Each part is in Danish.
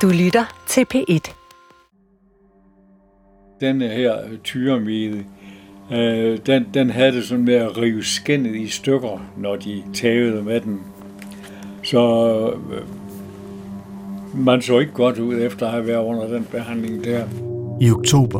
Du lytter til P1. Den her tyremide, den havde det sådan med at rive skindet i stykker, når de tævede med den. Så man så ikke godt ud efter at have været under den behandling der. I oktober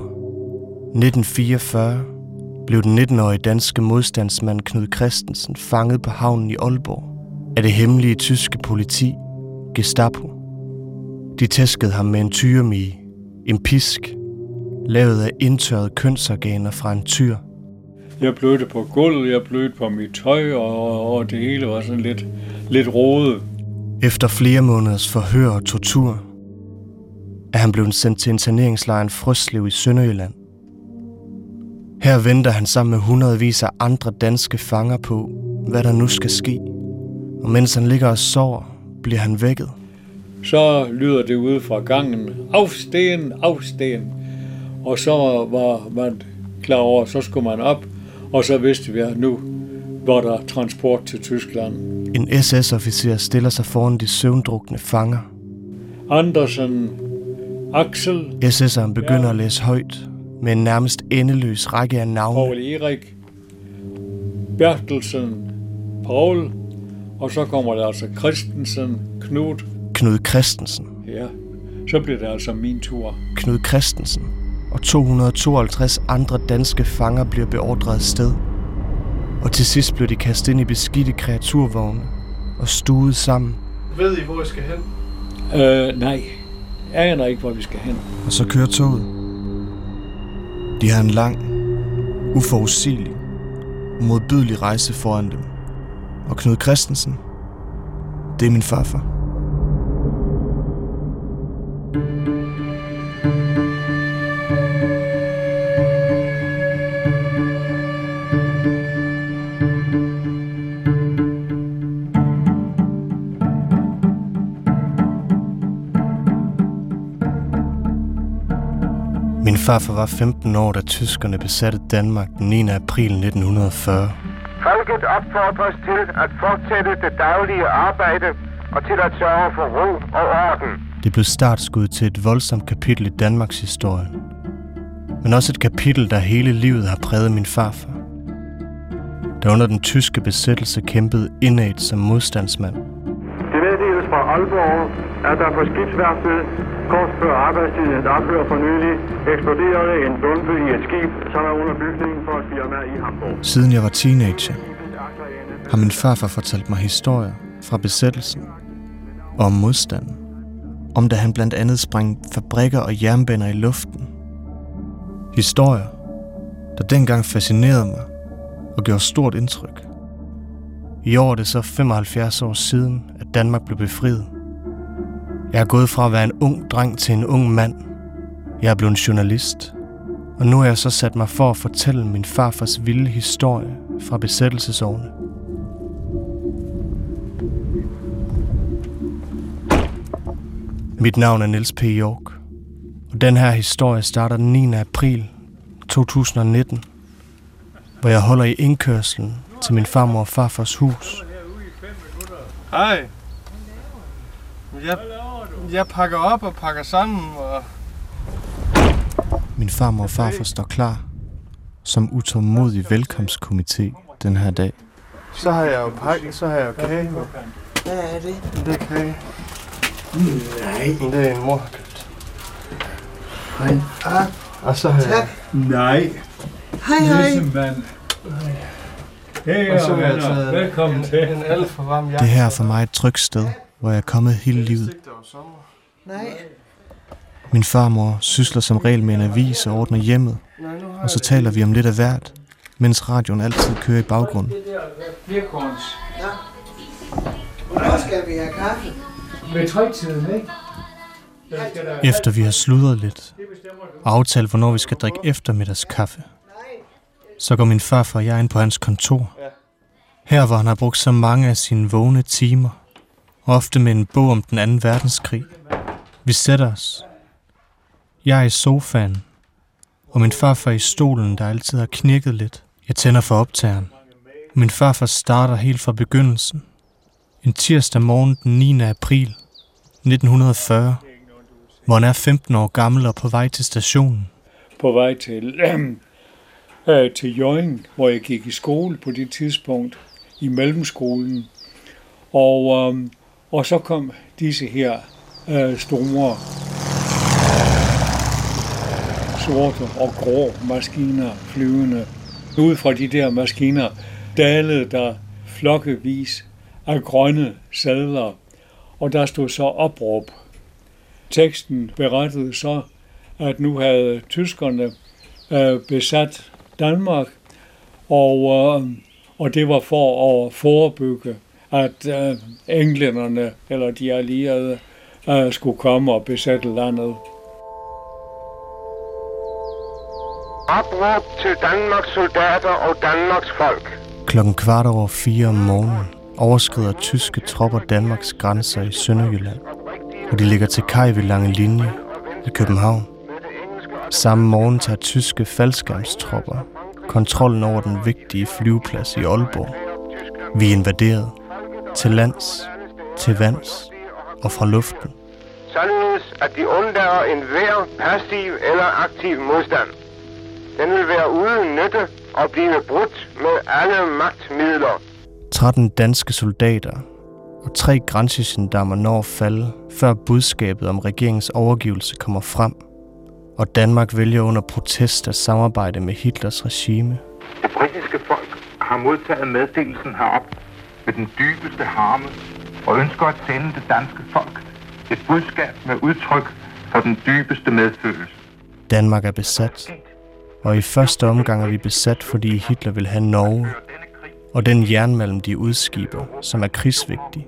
1944 blev den 19-årige danske modstandsmand Knud Christensen fanget på havnen i Aalborg af det hemmelige tyske politi, Gestapo. De tæskede ham med en tyremige, en pisk, lavet af indtørrede kønsorganer fra en tyr. Jeg blødte på gulvet, jeg blødte på mit tøj, og det hele var sådan lidt rodet. Efter flere måneders forhør og tortur er han blevet sendt til interneringslejren Frøslev i Sønderjylland. Her venter han sammen med hundredvis af andre danske fanger på, hvad der nu skal ske. Og mens han ligger og sover, bliver han vækket. Så lyder det ude fra gangen, afsten, afsten. Og så var man klar over, så skulle man op, og så vidste vi, at nu var der transport til Tyskland. En SS-officer stiller sig foran de søvndrukne fanger. Andersen, Axel. SS'eren begynder at læse højt med en nærmest endeløs række af navne. Paul Erik, Bertelsen, Paul, og så kommer der altså Christensen, Knud Christensen. Ja, så bliver det altså min tur. Knud Christensen og 252 andre danske fanger bliver beordret afsted. Og til sidst blev de kastet ind i beskidte kreaturvogne og stuet sammen. Ved I, hvor I skal hen? Nej, jeg aner ikke, hvor vi skal hen. Og så kører toget. De har en lang, uforudsigelig, modbydelig rejse foran dem. Og Knud Christensen, det er min farfar. Min farfar var 15 år, da tyskerne besatte Danmark den 9. april 1940. Folket opfordres til at fortsætte det daglige arbejde og til at sørge for ro og orden. Det blev startskud til et voldsomt kapitel i Danmarks historie. Men også et kapitel, der hele livet har præget min farfar. Der under den tyske besættelse kæmpede indædt som modstandsmand. Det meddeles fra Aalborg, at der på skibsværftet kort før arbejdstidens ophør for nylig eksploderede en bombe i et skib, som er under bygningen for et firma i Hamburg. Siden jeg var teenager, har min farfar fortalt mig historier fra besættelsen og om modstanden. Om da han blandt andet sprang fabrikker og jernbaner i luften. Historier, der dengang fascinerede mig og gjorde stort indtryk. I år er det så 75 år siden, at Danmark blev befriet. Jeg er gået fra at være en ung dreng til en ung mand. Jeg er blevet journalist. Og nu har jeg så sat mig for at fortælle min farfars vilde historie fra besættelsesårene. Mit navn er Niels P. York, og den her historie starter den 9. april 2019, hvor jeg holder i indkørslen til min farmor og farfars hus. Hej. Jeg pakker op og pakker sammen, og... Min farmor og farfar står klar som utålmodig velkomstkomité den her dag. Så har jeg jo pakket, så har jeg jo kage. Hvad er det? Det er kage. Nej. Det er en mor købt. Hej. Og så har jeg... Nej. Hej. Hey, og så har jeg taget velkommen til. En alt for varm jakke. Det her er for mig et trygt sted, hvor jeg er kommet hele livet. Nej. Min farmor sysler som regel med en avis og ordner hjemmet, og så taler vi om lidt af hvert, mens radioen altid kører i baggrunden. Birkorns. Ja. Hvor skal vi have kaffe? Ved træktiden, ikke? Efter vi har sludret lidt og aftalt, hvornår vi skal drikke eftermiddagskaffe, så går min farfar og jeg ind på hans kontor. Her, hvor han har brugt så mange af sine vågne timer, ofte med en bog om den 2. verdenskrig. Vi sætter os. Jeg er i sofaen, og min farfar i stolen, der altid har knirket lidt. Jeg tænder for optageren. Min farfar starter helt fra begyndelsen. En tirsdag morgen den 9. april 1940. hvor han er 15 år gammel og på vej til stationen. På vej til Hjørring, hvor jeg gik i skole på det tidspunkt, i mellemskolen. Og så kom disse her store, sorte og grå maskiner flyvende. Ud fra de der maskiner dalede der flokkevis af grønne sadler, og der stod så opråb. Teksten berettede så, at nu havde tyskerne besat Danmark, og det var for at forebygge, at englænderne eller de allierede skulle komme og besætte landet. Opråb til Danmarks soldater og Danmarks folk. 4:15 om morgenen overskrider tyske tropper Danmarks grænser i Sønderjylland, og de ligger til kaj ved Lange Linje i København. Samme morgen tager tyske faldskærmstropper kontrollen over den vigtige flyveplads i Aalborg. Vi er invaderet til lands, til vands og fra luften. Således at de undlader enhver passiv eller aktiv modstand. Den vil være uden nytte og blive brudt med alle magtmidler. 13 danske soldater og 3 grænsegendarmer når at falde, før budskabet om regeringens overgivelse kommer frem, og Danmark vælger under protest at samarbejde med Hitlers regime. Det britiske folk har modtaget meddelelsen herop med den dybeste harme og ønsker at sende det danske folk et budskab med udtryk for den dybeste medfølelse. Danmark er besat, og i første omgang er vi besat, fordi Hitler vil have Norge og den jernmalm, de udskiber, som er krigsvigtig.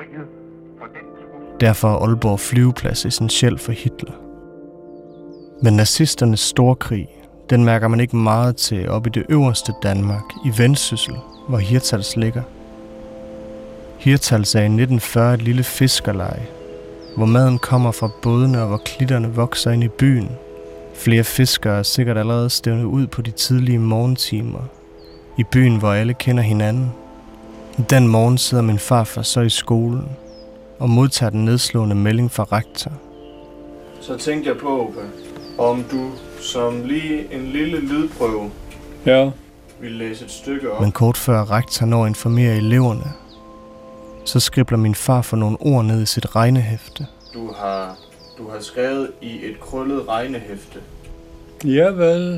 Derfor er Aalborg flyveplads essentiel for Hitler. Men nazisternes storkrig, den mærker man ikke meget til oppe i det øverste Danmark, i Vendsyssel, hvor Hirtshals ligger. Hirtshals er i 1940 et lille fiskerleje, hvor maden kommer fra bådene og hvor klitterne vokser ind i byen. Flere fiskere er sikkert allerede stævnet ud på de tidlige morgentimer, i byen, hvor alle kender hinanden. Den morgen sidder min farfar så i skolen og modtager den nedslående melding fra rektor. Så tænkte jeg på, Opa, om du som lige en lille lydprøve ville læse et stykke op. Men kort før rektor når at informere eleverne, så skribler min far for nogle ord ned i sit regnehæfte. Du har skrevet i et krøllet regnehæfte. Ja vel.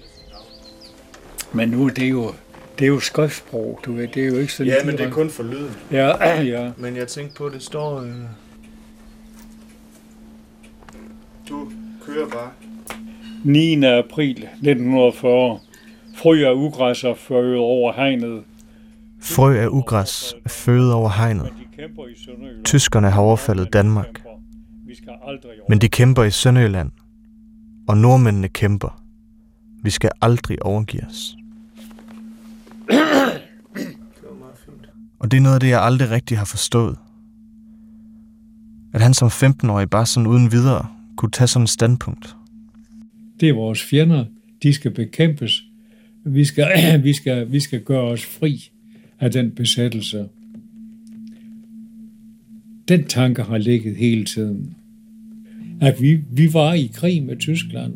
Men nu det er jo skriftsprog, du ved, det er jo ikke sådan. Ja, men det er kun for lyden. Ja. Men jeg tænkte på, det står. Du kører bare. 9. april 1940. Frø af ugræs er føget over hegnet. Frø af ugræs er føget over hegnet. Tyskerne har overfaldet Danmark. Men de kæmper i Sønderjylland. Og nordmændene kæmper. Vi skal aldrig overgive os. Og det er noget af det, jeg aldrig rigtig har forstået. At han som 15-årig bare sådan uden videre kunne tage sådan et standpunkt. Det er vores fjender. De skal bekæmpes. Vi skal gøre os fri af den besættelse. Den tanke har ligget hele tiden. At vi var i krig med Tyskland.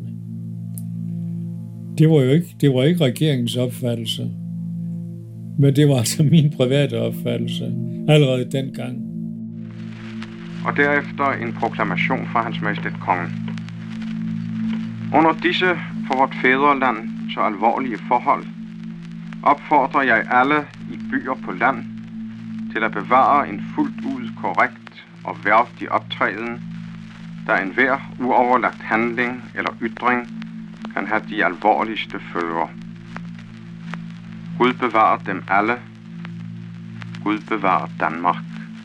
Det var ikke regeringens opfattelse. Men det var altså min private opfattelse. Allerede dengang. Og derefter en proklamation fra Hans Majestæt Kongen. Under disse for vort fædreland så alvorlige forhold opfordrer jeg alle i byer på land til at bevare en fuldt ud korrekt og værdig optræden, der enhver uoverlagt handling eller ytring kan have de alvorligste følger. Gud bevarer dem alle. Gud bevarer Danmark.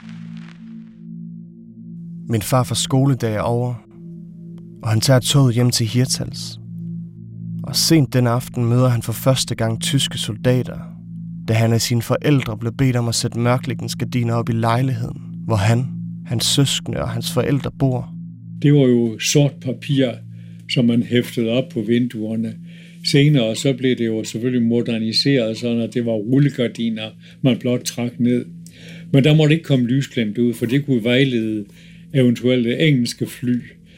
Min farfars skoledag er over, og han tager toget hjem til Hirtshals. Og sent den aften møder han for første gang tyske soldater, da han af sine forældre blev bedt om at sætte mørklægningsgardiner op i lejligheden, hvor han, hans søskende og hans forældre bor. Det var jo sort papir, som man hæftede op på vinduerne. Senere så blev det jo selvfølgelig moderniseret, sådan at det var rullegardiner, man blot trak ned. Men der måtte ikke komme lysglimt ud, for det kunne vejlede eventuelle engelske fly.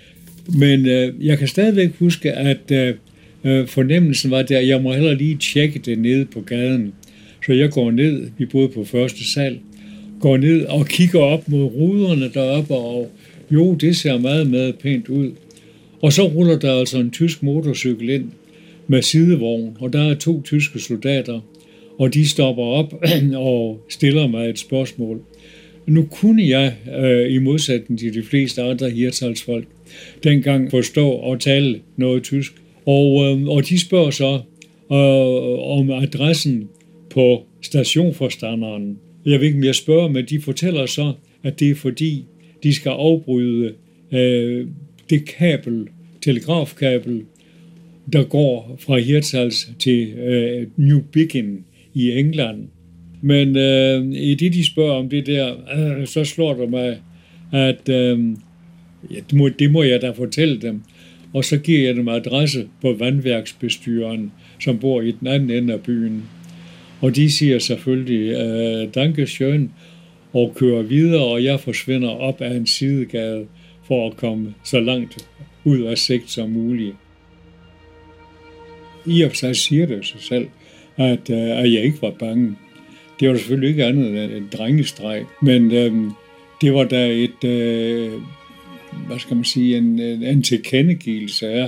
Men jeg kan stadigvæk huske, at fornemmelsen var der, jeg må heller lige tjekke det nede på gaden. Så jeg går ned, vi boede på første sal, går ned og kigger op mod ruderne deroppe, og jo, det ser meget, meget pænt ud. Og så ruller der altså en tysk motorcykel ind med sidevogn, og der er 2 tyske soldater, og de stopper op og stiller mig et spørgsmål. Nu kunne jeg, i modsætning til de fleste andre hirtshalsfolk, dengang forstå og tale noget tysk. Og de spørger så om adressen på stationforstanderen. Jeg ved ikke, om jeg spørger, men de fortæller så, at det er fordi, de skal afbryde det telegrafkabel, der går fra Hirtshals til New Biggin i England. Men i det, de spørger om det der, så slår det mig, at det må jeg da fortælle dem. Og så giver jeg dem adresse på vandværksbestyreren, som bor i den anden ende af byen. Og de siger selvfølgelig, Dankeschön, og kører videre, og jeg forsvinder op ad en sidegade for at komme så langt ud af sigt som muligt. I og for sig siger det sig selv, at jeg ikke var bange. Det var selvfølgelig ikke andet end en drengestreg, men det var da et, en tilkendegivelse af,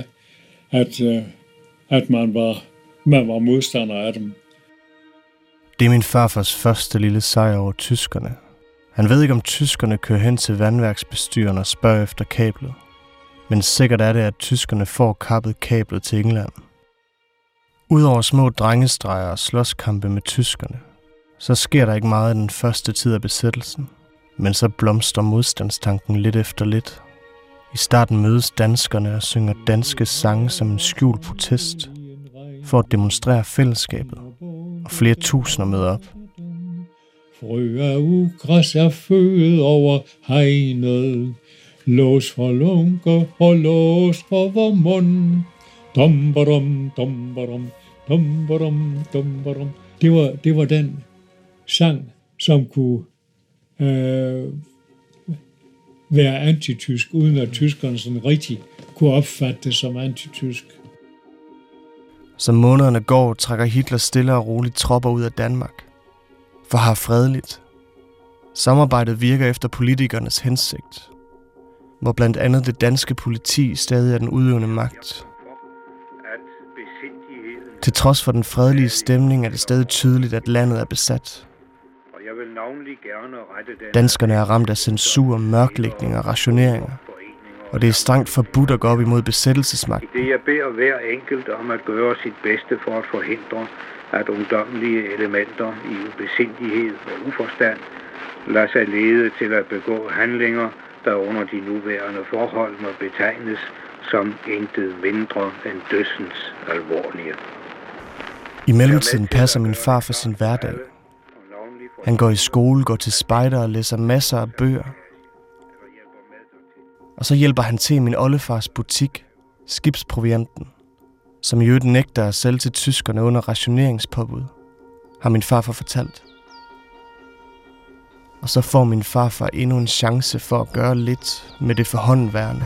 at man var modstander af dem. Det er min farfars første lille sejr over tyskerne. Han ved ikke, om tyskerne kører hen til vandværksbestyreren og spørger efter kablet. Men sikkert er det, at tyskerne får kappet kablet til England. Udover små drengestreger og slåskampe med tyskerne, så sker der ikke meget i den første tid af besættelsen. Men så blomstrer modstandstanken lidt efter lidt. I starten mødes danskerne og synger danske sange som en skjult protest for at demonstrere fællesskabet, og flere tusinder møder op. Frø af ugræs er født over hegnet, lås for lunker og lås for vor mund. Dum-ba-dum, dum-ba-dum, dum-ba-dum, dum-ba-dum. Det var den sang, som kunne være antitysk, uden at tyskerne sådan rigtig kunne opfatte det som antitysk. Som månederne går, trækker Hitler stille og roligt tropper ud af Danmark. For har fredeligt. Samarbejdet virker efter politikernes hensigt, hvor blandt andet det danske politi stadig er den udøvende magt. Til trods for den fredelige stemning er det stadig tydeligt, at landet er besat. Danskerne er ramt af censur, mørklægning og rationeringer, og det er strengt forbudt at gå op imod besættelsesmagten. Det jeg beder hver enkelt om at gøre sit bedste for at forhindre, at ungdommelige elementer i ubesindighed og uforstand lader sig lede til at begå handlinger, der under de nuværende forhold må betegnes som intet mindre end dødsens alvorlige. I mellemtiden passer min far for sin hverdag. Han går i skole, går til spejder og læser masser af bøger. Og så hjælper han til i min oldefars butik, Skibsprovianten, som i øvrigt nægter at sælge til tyskerne under rationeringspåbud, har min farfar fortalt. Og så får min farfar endnu en chance for at gøre lidt med det forhåndenværende.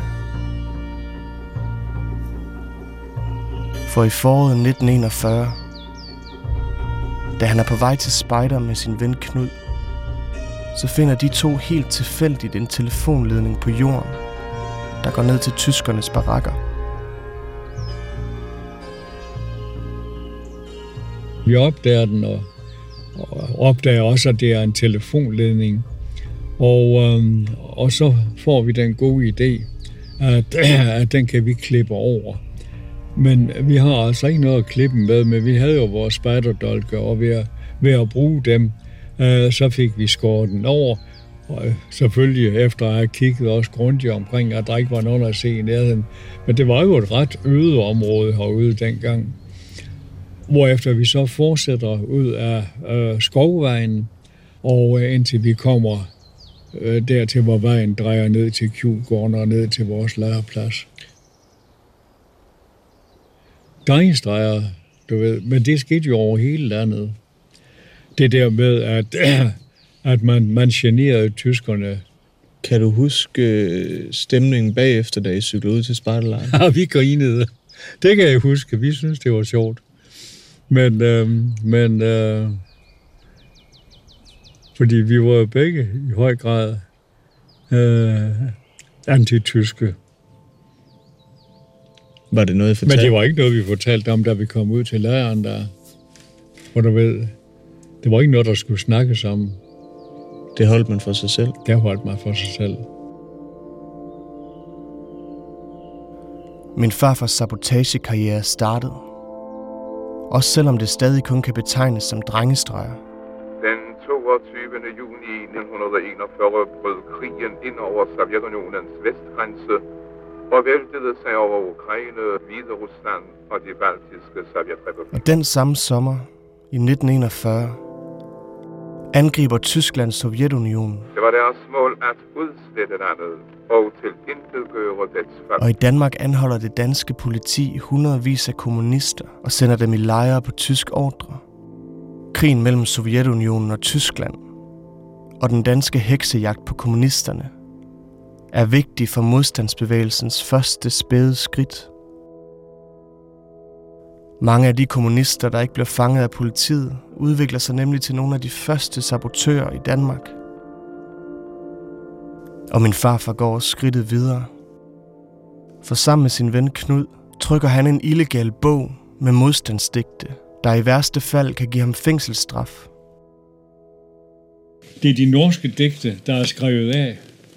For i foråret 1941, da han er på vej til spejder med sin ven Knud, så finder de to helt tilfældigt en telefonledning på jorden, der går ned til tyskernes barakker. Vi opdager den og opdager også, at det er en telefonledning. Og så får vi den gode idé, at den kan vi klippe over. Men vi har altså ikke noget at klippe med, men vi havde jo vores spejderdolke, og ved at bruge dem, så fik vi skåret den over. Og selvfølgelig efter at have kigget også grundigt omkring, at der ikke var nogen at se i nærheden. Men det var jo et ret øde område herude dengang. Hvorefter vi så fortsætter ud af skovvejen, og indtil vi kommer dertil, hvor vejen drejer ned til Kjulgården og ned til vores lejrplads. Drengestreger, du ved, men det skete jo over hele landet. Det der med, at man generede tyskerne Kan du huske stemningen bagefter, da I cyklede ud til spejderlejren? Ja, vi grinede. Det kan jeg huske. Vi synes, det var sjovt. Men fordi vi var jo begge i høj grad antityske. Var det noget, I fortalte? Men det var ikke noget, vi fortalte om, da vi kom ud til lejren der. Hvor du ved, det var ikke noget, der skulle snakkes om. Det holdt man for sig selv? Det holdt man for sig selv. Min farfars sabotagekarriere startede. Også selvom det stadig kun kan betegnes som drengestreger. Den 22. juni 1941 brød krigen ind over Sovjetunionens vestgrænse og væltede sig over Ukraine, Hviderusland og de baltiske sovjetrepublikker. Og den samme sommer, i 1941, angriber Tyskland Sovjetunionen. Det var deres mål at udslette landet og tilintetgøre dets folk. Og i Danmark anholder det danske politi hundredvis af kommunister og sender dem i lejre på tysk ordre. Krigen mellem Sovjetunionen og Tyskland og den danske heksejagt på kommunisterne er vigtig for modstandsbevægelsens første spæde skridt. Mange af de kommunister, der ikke bliver fanget af politiet, udvikler sig nemlig til nogle af de første sabotører i Danmark. Og min farfar går også skridtet videre. For sammen med sin ven Knud trykker han en illegal bog med modstandsdigte, der i værste fald kan give ham fængselsstraf. Det er de norske digte, der er skrevet af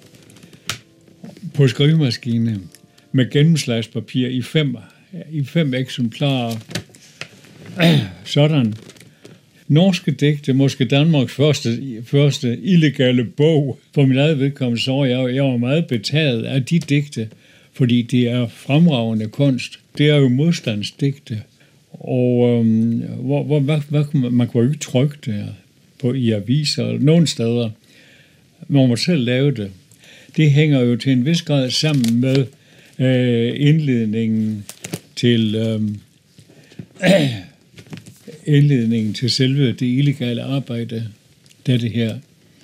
på skrivemaskine med gennemslagspapir i fem eksemplarer. Sådan. Norske digte, måske Danmarks første illegale bog. For min eget vedkommende, så jeg var meget betaget af de digte, fordi det er fremragende kunst. Det er jo modstandsdigte. Og man kunne jo ikke trykke det i aviser eller nogen steder. Man må selv lave det. Det hænger jo til en vis grad sammen med indledningen til selve det illegale arbejde, det her.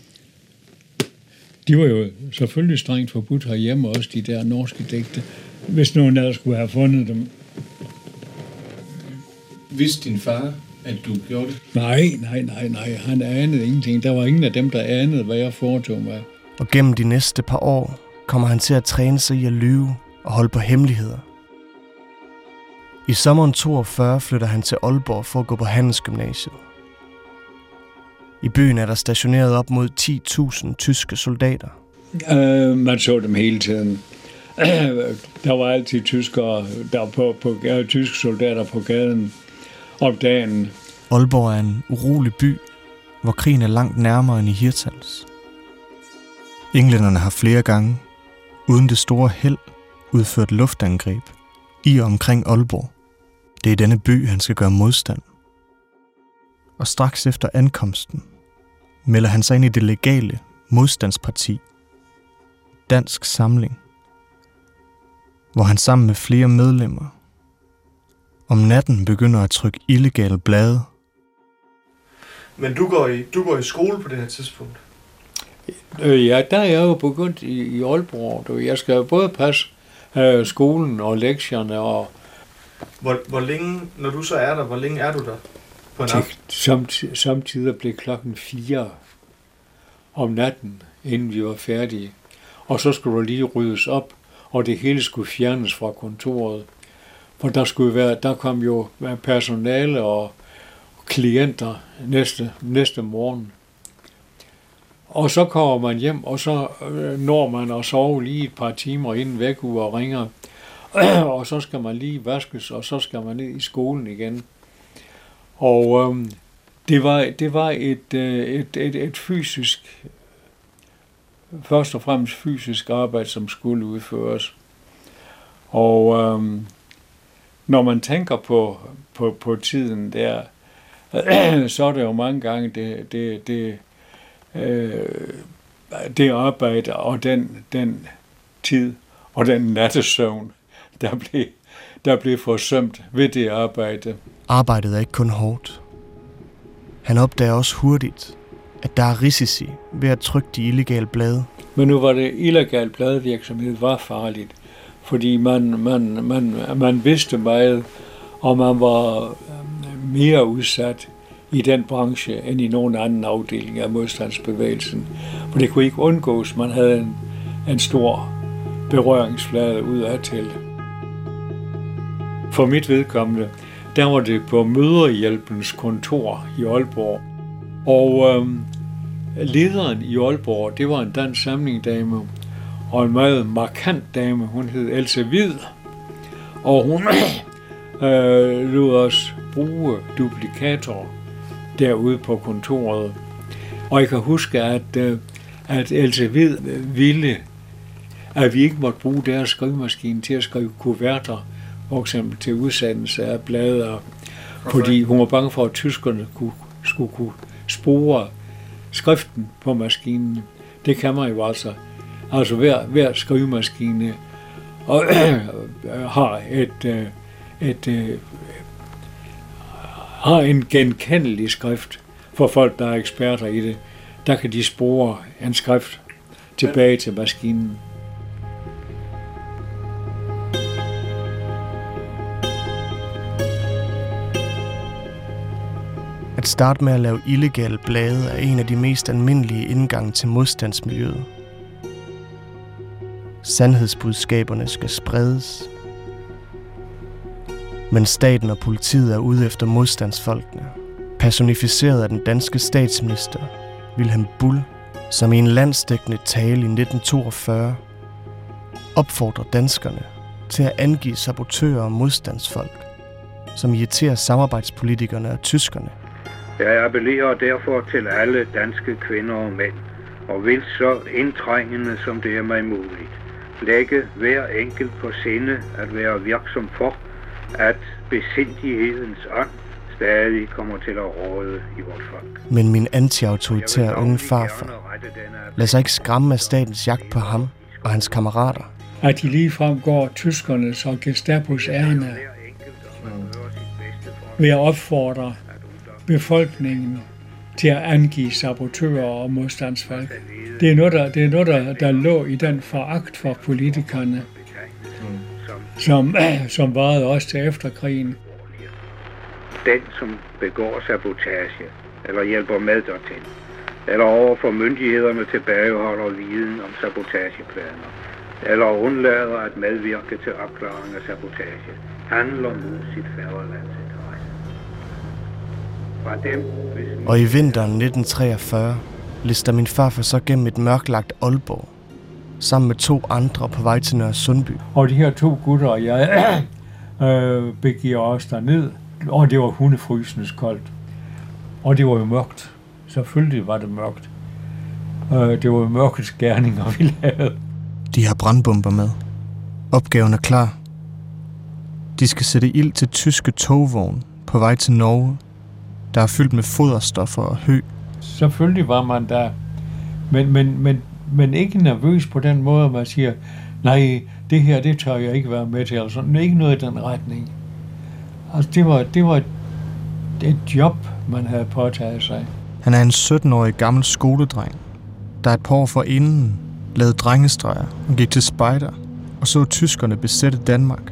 De var jo selvfølgelig strengt forbudt herhjemme, også de der norske digte, hvis nogen af skulle have fundet dem. Vidste din far, at du gjorde det? Nej. Han anede ingenting. Der var ingen af dem, der anede, hvad jeg foretog mig. Og gennem de næste par år kommer han til at træne sig i at lyve og holde på hemmeligheder. I sommeren 42 flytter han til Aalborg for at gå på Handelsgymnasiet. I byen er der stationeret op mod 10.000 tyske soldater. Man så dem hele tiden. Der var altid tyskere, tyske soldater på gaden om dagen. Aalborg er en urolig by, hvor krigen er langt nærmere end i Hirtshals. Englænderne har flere gange, uden det store held, udført luftangreb i og omkring Aalborg. Det er i denne by, han skal gøre modstand. Og straks efter ankomsten melder han sig ind i det legale modstandsparti, Dansk Samling, hvor han sammen med flere medlemmer om natten begynder at trykke illegale blade. Men du går i skole på det her tidspunkt? Ja, der er jeg jo begyndt i Aalborg. Jeg skal jo både passe skolen og lektierne. Og hvor længe, når du så er der, hvor længe er du der på en aften? Samtidig blev 4:00 om natten, inden vi var færdige. Og så skulle der lige ryddes op, og det hele skulle fjernes fra kontoret. For der kom jo personale og klienter næste morgen. Og så kommer man hjem, og så når man at sove lige et par timer inden vækkeur ringer. Og så skal man lige vaskes, og så skal man ned i skolen igen. Og det var et fysisk, først og fremmest fysisk arbejde, som skulle udføres. Og når man tænker på tiden der, så er det jo mange gange det arbejde og den tid og den nattesøvn, der blev forsømt ved det arbejde. Arbejdet er ikke kun hårdt. Han opdager også hurtigt, at der er risici ved at trykke de illegale blade. Men nu var det illegal pladevirksomhed var farligt, fordi man vidste meget, og man var mere udsat i den branche end i nogen anden afdeling af modstandsbevægelsen. For det kunne ikke undgås, man havde en stor berøringsflade udadtil. For mit vedkommende, der var det på Mødrehjælpens kontor i Aalborg. Og lederen i Aalborg, det var en dansk samlingdame, og en meget markant dame, hun hed Else Hvid. Og hun lod os bruge duplikator derude på kontoret. Og jeg kan huske, at Else Hvid ville, at vi ikke måtte bruge deres skrivemaskine til at skrive kuverter, for eksempel til udsendelse af blade, fordi hun var bange for, at tyskerne skulle kunne spore skriften på maskinen. Det kan man jo altså. Altså hver skrivemaskine har en genkendelig skrift for folk, der er eksperter i det. Der kan de spore en skrift tilbage til maskinen. At starte med at lave illegale blade er en af de mest almindelige indgange til modstandsmiljøet. Sandhedsbudskaberne skal spredes. Men staten og politiet er ude efter modstandsfolkene, personificeret af den danske statsminister, Wilhelm Buhl, som i en landsdækkende tale i 1942 opfordrer danskerne til at angive sabotører og modstandsfolk, som irriterer samarbejdspolitikerne og tyskerne. Jeg appellerer derfor til alle danske kvinder og mænd, og vil så indtrængende som det er mig muligt, lægge hver enkelt på sinde at være virksom for, at besindighedens ånd stadig kommer til at råde i vort folk. Men min anti-autoritære unge farfar lader sig ikke skræmme af statens jagt på ham og hans kammerater. At de ligefrem går tyskernes og Gestapos ærne ved at opfordre befolkningen til at angive sabotører og modstandsfolk. Det er noget, der lå i den foragt for politikerne, som varede også til efterkrigen. Den, som begår sabotage, eller hjælper med dertil, eller overfor myndighederne tilbageholder viden om sabotageplaner, eller undlader at medvirke til opklaring af sabotage, handler mod sit fædrelands interesse. Og i vinteren 1943 lister min farfar så gennem et mørklagt Aalborg, sammen med 2 andre på vej til Nørre Sundby. Og de her 2 gutter og jeg begiver os derned, og det var hundefrysende koldt. Og det var jo mørkt. Selvfølgelig var det mørkt. Det var jo mørkets gerninger, vi lavede. De har brandbomber med. Opgaven er klar. De skal sætte ild til tyske togvogn på vej til Norge, der er fyldt med foderstoffer og hø. Selvfølgelig var man der, men ikke nervøs på den måde, man siger, nej, det her, det tør jeg ikke være med til, eller sådan. Ikke noget i den retning. Altså, det var et job, man havde påtaget sig. Han er en 17-årig gammel skoledreng, der et par år forinden lavede drengestreger og gik til spejder og så tyskerne besætte Danmark.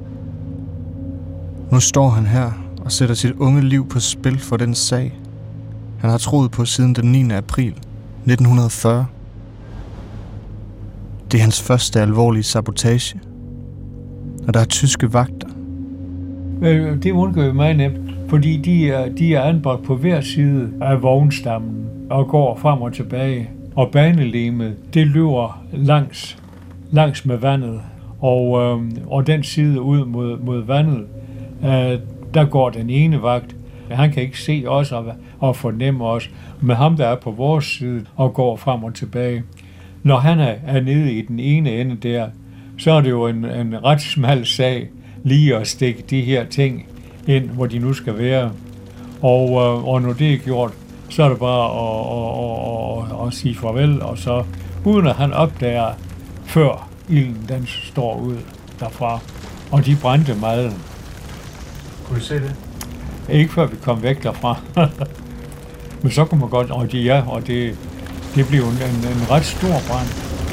Nu står han her og sætter sit unge liv på spil for den sag, han har troet på siden den 9. april 1940. Det er hans første alvorlige sabotage, og der er tyske vagter. Det undgår jo meget nemt, fordi de er anbragt på hver side af vognstammen og går frem og tilbage. Og banelegemet, det løber langs med vandet, og den side ud mod vandet, der går den ene vagt. Han kan ikke se os og fornemme os, men ham, der er på vores side og går frem og tilbage. Når han er nede i den ene ende der, så er det jo en ret smal sag lige at stikke de her ting ind, hvor de nu skal være. Og når det er gjort, så er det bare at sige farvel, og så uden at han opdager, før ilden den står ud derfra. Og de brændte meget. Kunne du se det? Ikke før vi kom væk derfra. Men så kunne man godt, og det Det blev en ret stor brand.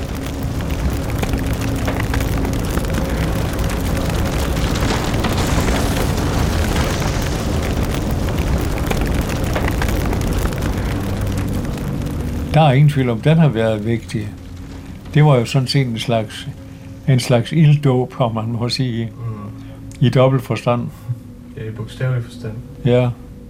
Der er ingen tvivl om, den har været vigtig. Det var jo sådan set en slags ilddåb, om man må sige, i dobbelt forstand. Ja, i bogstavelig forstand. Ja.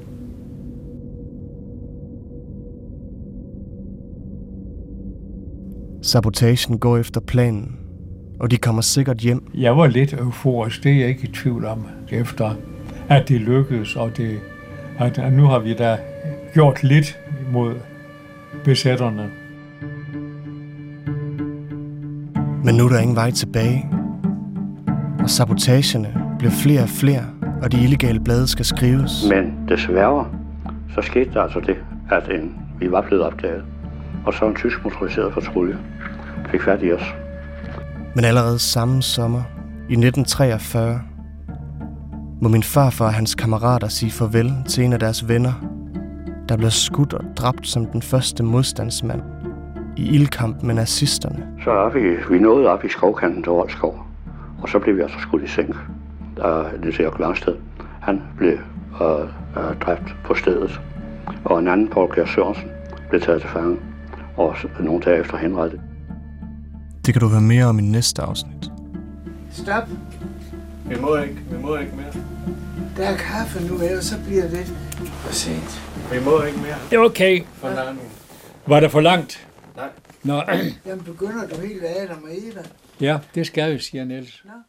Sabotagen går efter planen, og de kommer sikkert hjem. Jeg var lidt euforisk, det er jeg ikke i tvivl om, efter at det lykkedes, og at nu har vi da gjort lidt mod besætterne. Men nu er der ingen vej tilbage, og sabotagerne bliver flere og flere, og de illegale blade skal skrives. Men desværre, så skete der altså det, at vi var blevet opdaget, og så en tysk motoriseret patrulje fik fat i os. Men allerede samme sommer, i 1943, må min farfar og hans kammerater sige farvel til en af deres venner, der blev skudt og dræbt som den første modstandsmand i ildkamp med nazisterne. Så er vi nåede op i skovkanten til Rolskov, og så blev vi altså skudt i sænk. Det ser Glansted. Han blev dræbt på stedet, og en anden, Paul Kjær Sørensen, blev taget til fange, og nogle dage efter henrettet. Det kan du høre mere om i næste afsnit. Stop. Vi må ikke mere. Der er kaffe nu, ellers så bliver det for sent. Vi må ikke mere. Det er okay. Var det for langt? Nej. Nå. Jamen begynder du helt af Adam og Eva? Ja, det skal vi, siger Niels. Nå.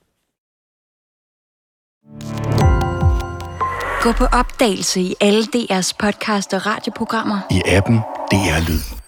Gå på opdagelse i alle DR's podcast og radioprogrammer. I appen DR Lyd.